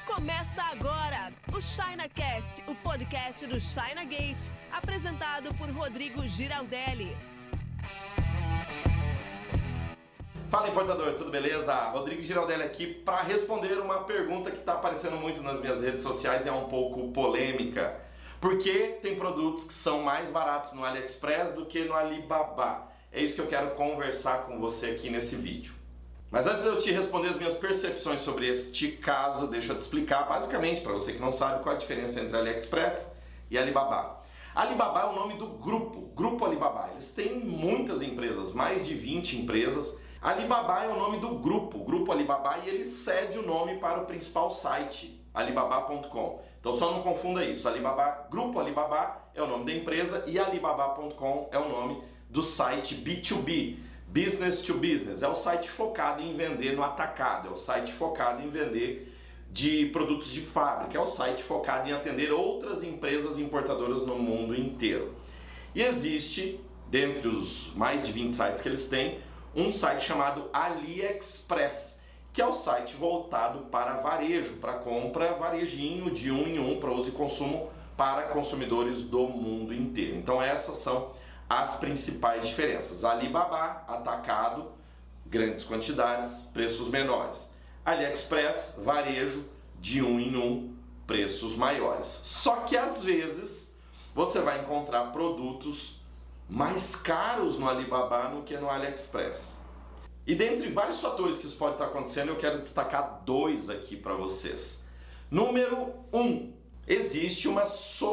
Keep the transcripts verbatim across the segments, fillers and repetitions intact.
Começa agora o ChinaCast, o podcast do China Gate, apresentado por Rodrigo Giraldelli. Fala, importador, tudo beleza? Rodrigo Giraldelli aqui para responder uma pergunta que está aparecendo muito nas minhas redes sociais e é um pouco polêmica. Por que tem produtos que são mais baratos no AliExpress do que no Alibaba? É isso que eu quero conversar com você aqui nesse vídeo. Mas antes de eu te responder as minhas percepções sobre este caso, deixa eu te explicar basicamente, para você que não sabe, qual a diferença entre AliExpress e Alibaba. Alibaba é o nome do grupo, Grupo Alibaba. Eles têm muitas empresas, mais de vinte empresas. Alibaba é o nome do grupo, Grupo Alibaba, e ele cede o nome para o principal site, alibaba ponto com. Então só não confunda isso, Alibaba, Grupo Alibaba é o nome da empresa e alibaba ponto com é o nome do site B dois B, Business to Business. É o site focado em vender no atacado, é o site focado em vender de produtos de fábrica, é o site focado em atender outras empresas importadoras no mundo inteiro. E existe, dentre os mais de vinte sites que eles têm, um site chamado AliExpress, que é o site voltado para varejo, para compra varejinho de um em um, para uso e consumo para consumidores do mundo inteiro. Então essas são as principais diferenças. Alibaba, atacado, grandes quantidades, preços menores. AliExpress, varejo, de um em um, preços maiores. Só que às vezes você vai encontrar produtos mais caros no Alibaba do que no AliExpress. E dentre vários fatores que isso pode estar acontecendo, eu quero destacar dois aqui para vocês. Número um, existe uma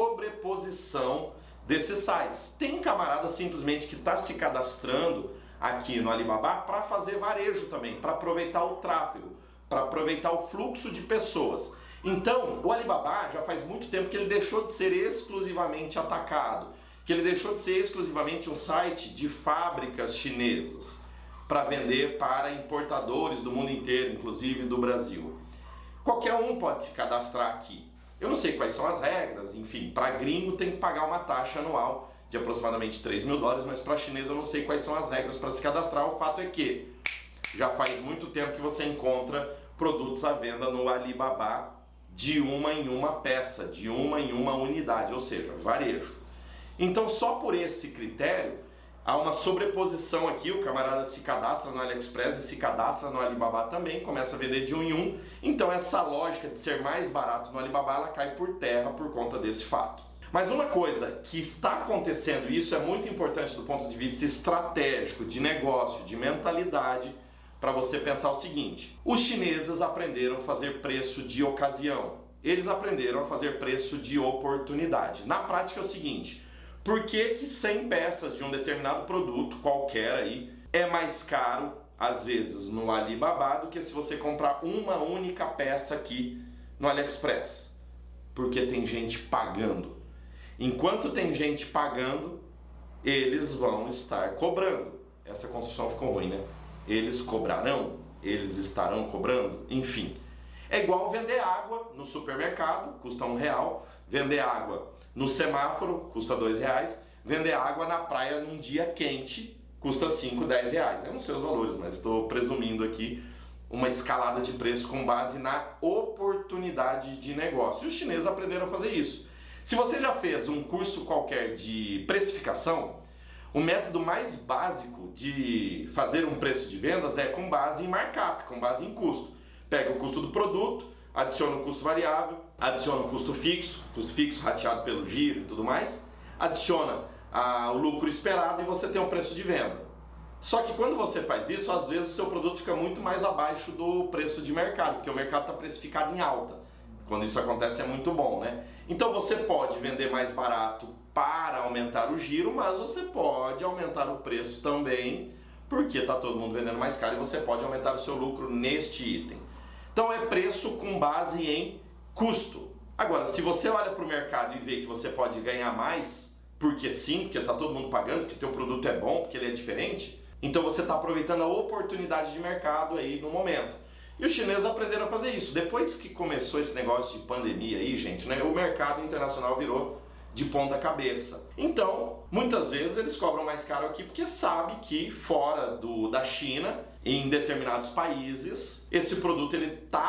sobreposição desses sites. Tem camarada simplesmente que está se cadastrando aqui no Alibaba para fazer varejo também, para aproveitar o tráfego, para aproveitar o fluxo de pessoas. Então, o Alibaba já faz muito tempo que ele deixou de ser exclusivamente atacado, que ele deixou de ser exclusivamente um site de fábricas chinesas para vender para importadores do mundo inteiro, inclusive do Brasil. Qualquer um pode se cadastrar aqui. Eu não sei quais são as regras, enfim, para gringo tem que pagar uma taxa anual de aproximadamente três mil dólares, mas para chinês eu não sei quais são as regras para se cadastrar. O fato é que já faz muito tempo que você encontra produtos à venda no Alibaba de uma em uma peça, de uma em uma unidade, ou seja, varejo. Então só por esse critério há uma sobreposição aqui, o camarada se cadastra no AliExpress e se cadastra no Alibaba também, começa a vender de um em um, então essa lógica de ser mais barato no Alibaba ela cai por terra por conta desse fato. Mas uma coisa que está acontecendo, e isso é muito importante do ponto de vista estratégico, de negócio, de mentalidade, para você pensar o seguinte: os chineses aprenderam a fazer preço de ocasião, eles aprenderam a fazer preço de oportunidade. Na prática é o seguinte: por que que cem peças de um determinado produto qualquer aí é mais caro, às vezes, no Alibaba do que se você comprar uma única peça aqui no AliExpress? Porque tem gente pagando. Enquanto tem gente pagando, eles vão estar cobrando. Essa construção ficou ruim, né? Eles cobrarão, eles estarão cobrando, enfim. É igual vender água no supermercado, custa um real, vender água no semáforo, custa dois reais, vender água na praia num dia quente, custa cinco, dez reais. Eu não sei os valores, mas estou presumindo aqui uma escalada de preço com base na oportunidade de negócio. E os chineses aprenderam a fazer isso. Se você já fez um curso qualquer de precificação, o método mais básico de fazer um preço de vendas é com base em markup, com base em custo. Pega o custo do produto, adiciona o custo variável, adiciona o custo fixo, custo fixo rateado pelo giro e tudo mais, adiciona ah, o lucro esperado e você tem um preço de venda. Só que quando você faz isso, às vezes o seu produto fica muito mais abaixo do preço de mercado, porque o mercado está precificado em alta. Quando isso acontece é muito bom, né? Então você pode vender mais barato para aumentar o giro, mas você pode aumentar o preço também, porque está todo mundo vendendo mais caro e você pode aumentar o seu lucro neste item. Então é preço com base em custo. Agora, se você olha para o mercado e vê que você pode ganhar mais, porque sim, porque está todo mundo pagando, porque o teu produto é bom, porque ele é diferente, então você está aproveitando a oportunidade de mercado aí no momento. E os chineses aprenderam a fazer isso. Depois que começou esse negócio de pandemia aí, gente, né, o mercado internacional virou de ponta cabeça. Então, muitas vezes eles cobram mais caro aqui porque sabe que fora do, da China, em determinados países, esse produto ele tá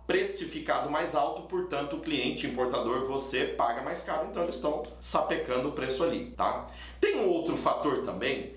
precificado mais alto, portanto o cliente importador, você paga mais caro, então eles estão sapecando o preço ali, tá? Tem um outro fator também,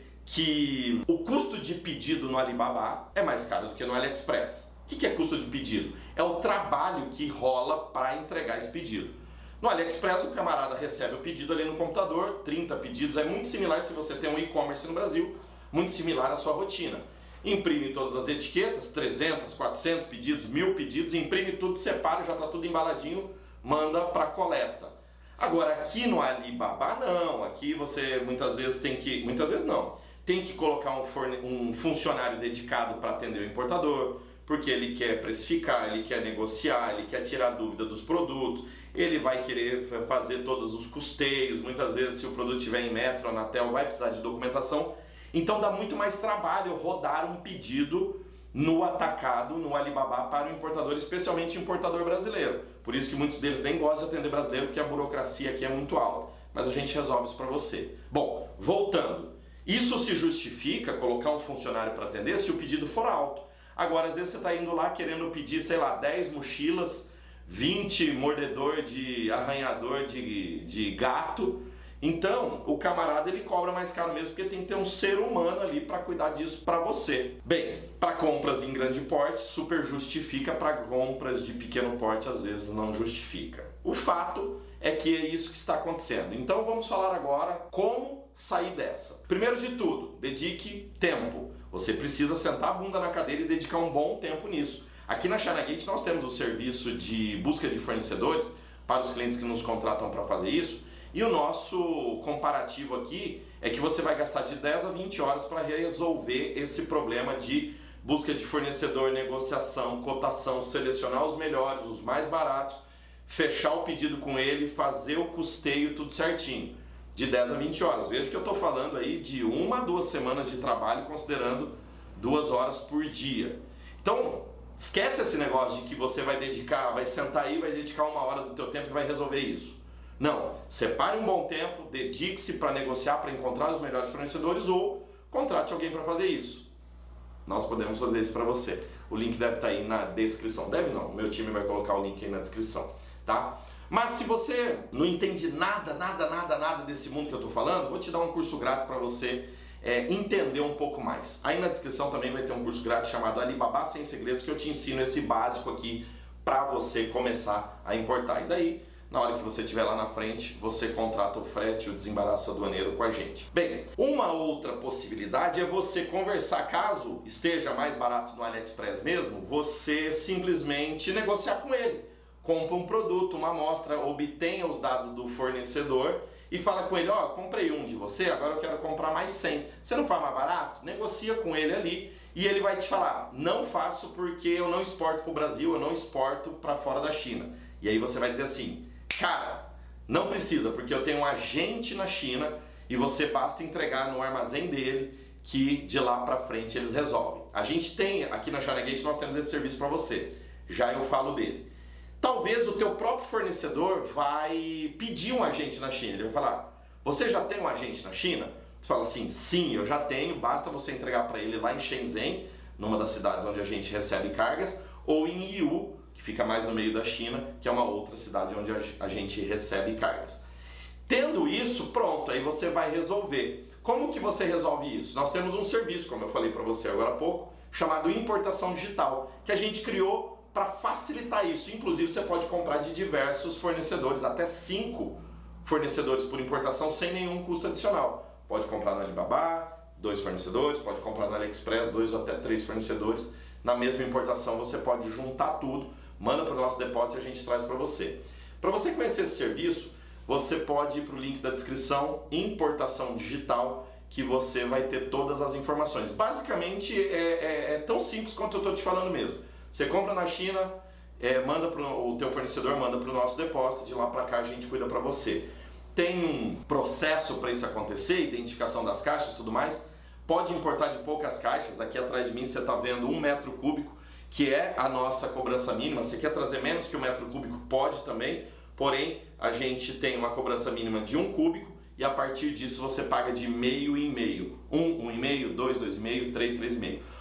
que o custo de pedido no Alibaba é mais caro do que no AliExpress. O que é custo de pedido? É o trabalho que rola para entregar esse pedido. No AliExpress o camarada recebe o pedido ali no computador, trinta pedidos, é muito similar se você tem um e-commerce no Brasil, muito similar à sua rotina. Imprime todas as etiquetas, trezentos, quatrocentos pedidos, mil pedidos, imprime tudo, separa, já está tudo embaladinho, manda para coleta. Agora aqui no Alibaba não, aqui você muitas vezes tem que, muitas vezes não, tem que colocar um, forne, um funcionário dedicado para atender o importador, porque ele quer precificar, ele quer negociar, ele quer tirar dúvida dos produtos, ele vai querer fazer todos os custeios, muitas vezes se o produto estiver em Metro, Anatel, vai precisar de documentação. Então dá muito mais trabalho rodar um pedido no atacado, no Alibaba, para o importador, especialmente importador brasileiro. Por isso que muitos deles nem gostam de atender brasileiro, porque a burocracia aqui é muito alta. Mas a gente resolve isso para você. Bom, voltando. Isso se justifica, colocar um funcionário para atender, se o pedido for alto. Agora, às vezes você está indo lá querendo pedir, sei lá, dez mochilas, vinte mordedor de arranhador de, de gato. Então, o camarada ele cobra mais caro mesmo, porque tem que ter um ser humano ali para cuidar disso para você. Bem, para compras em grande porte, super justifica, para compras de pequeno porte, às vezes não justifica. O fato é que é isso que está acontecendo. Então, vamos falar agora como sair dessa. Primeiro de tudo, dedique tempo. Você precisa sentar a bunda na cadeira e dedicar um bom tempo nisso. Aqui na ChinaGate nós temos o serviço de busca de fornecedores para os clientes que nos contratam para fazer isso. E o nosso comparativo aqui é que você vai gastar de dez a vinte horas para resolver esse problema de busca de fornecedor, negociação, cotação, selecionar os melhores, os mais baratos, fechar o pedido com ele, fazer o custeio, tudo certinho. De dez a vinte horas. Veja que eu estou falando aí de uma a duas semanas de trabalho, considerando duas horas por dia. Então, esquece esse negócio de que você vai dedicar, vai sentar aí, vai dedicar uma hora do teu tempo e vai resolver isso. Não, separe um bom tempo, dedique-se para negociar, para encontrar os melhores fornecedores ou contrate alguém para fazer isso. Nós podemos fazer isso para você. O link deve estar aí na descrição. Deve não, meu time vai colocar o link aí na descrição, tá? Mas se você não entende nada, nada, nada, nada desse mundo que eu estou falando, vou te dar um curso grátis para você é, entender um pouco mais. Aí na descrição também vai ter um curso grátis chamado Alibaba Sem Segredos, que eu te ensino esse básico aqui para você começar a importar. E daí, na hora que você estiver lá na frente, você contrata o frete e o desembaraço aduaneiro com a gente. Bem, uma outra possibilidade é você conversar, caso esteja mais barato no AliExpress mesmo, você simplesmente negociar com ele. Compra um produto, uma amostra, obtenha os dados do fornecedor e fala com ele, ó, oh, comprei um de você, agora eu quero comprar mais cem. Você não faz mais barato? Negocia com ele ali e ele vai te falar, não faço porque eu não exporto para o Brasil, eu não exporto para fora da China. E aí você vai dizer assim, cara, não precisa, porque eu tenho um agente na China e você basta entregar no armazém dele que de lá para frente eles resolvem. A gente tem, aqui na ChinaGate, nós temos esse serviço para você, já eu falo dele. Talvez o teu próprio fornecedor vai pedir um agente na China, ele vai falar, você já tem um agente na China? Você fala assim, sim, eu já tenho, basta você entregar para ele lá em Shenzhen, numa das cidades onde a gente recebe cargas, ou em Yiwu, que fica mais no meio da China, que é uma outra cidade onde a gente recebe cargas. Tendo isso, pronto, aí você vai resolver. Como que você resolve isso? Nós temos um serviço, como eu falei para você agora há pouco, chamado Importação Digital, que a gente criou para facilitar isso. Inclusive você pode comprar de diversos fornecedores, até cinco fornecedores por importação sem nenhum custo adicional. Pode comprar no Alibaba, dois fornecedores, pode comprar no AliExpress, dois ou até três fornecedores. Na mesma importação você pode juntar tudo, manda para o nosso depósito e a gente traz para você. Para você conhecer esse serviço, você pode ir para o link da descrição, Importação Digital, que você vai ter todas as informações. Basicamente é, é, é tão simples quanto eu estou te falando mesmo. Você compra na China, é, manda pro, o teu fornecedor manda para o nosso depósito, de lá para cá a gente cuida para você. Tem um processo para isso acontecer, identificação das caixas e tudo mais. Pode importar de poucas caixas, aqui atrás de mim você está vendo um metro cúbico, que é a nossa cobrança mínima. Se quer trazer menos que um metro cúbico, pode também, porém a gente tem uma cobrança mínima de um cúbico e a partir disso você paga de meio em meio. Um, um e meio, dois, dois e meio, três, três e meio.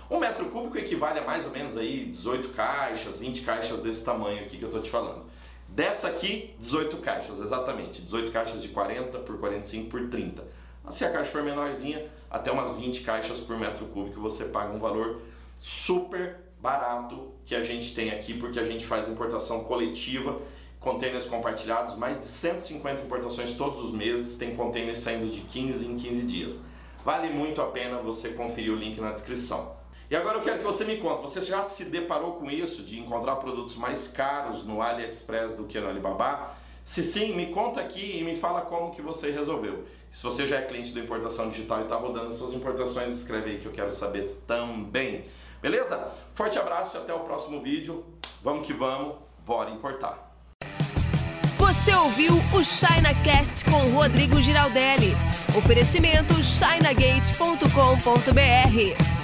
Um metro cúbico equivale a mais ou menos aí dezoito caixas, vinte caixas desse tamanho aqui que eu tô te falando. Dessa aqui, dezoito caixas, exatamente. dezoito caixas de quarenta por quarenta e cinco por trinta. Se a caixa for menorzinha, até umas vinte caixas por metro cúbico você paga um valor super barato que a gente tem aqui, porque a gente faz importação coletiva, containers compartilhados, mais de cento e cinquenta importações todos os meses, tem containers saindo de quinze em quinze dias. Vale muito a pena você conferir o link na descrição. E agora eu quero que você me conte, você já se deparou com isso, de encontrar produtos mais caros no AliExpress do que no Alibaba? Se sim, me conta aqui e me fala como que você resolveu. Se você já é cliente do Importação Digital e está rodando suas importações, escreve aí que eu quero saber também. Beleza? Forte abraço e até o próximo vídeo. Vamos que vamos, bora importar. Você ouviu o ChinaCast com Rodrigo Giraldelli. Oferecimento china gate ponto com ponto br.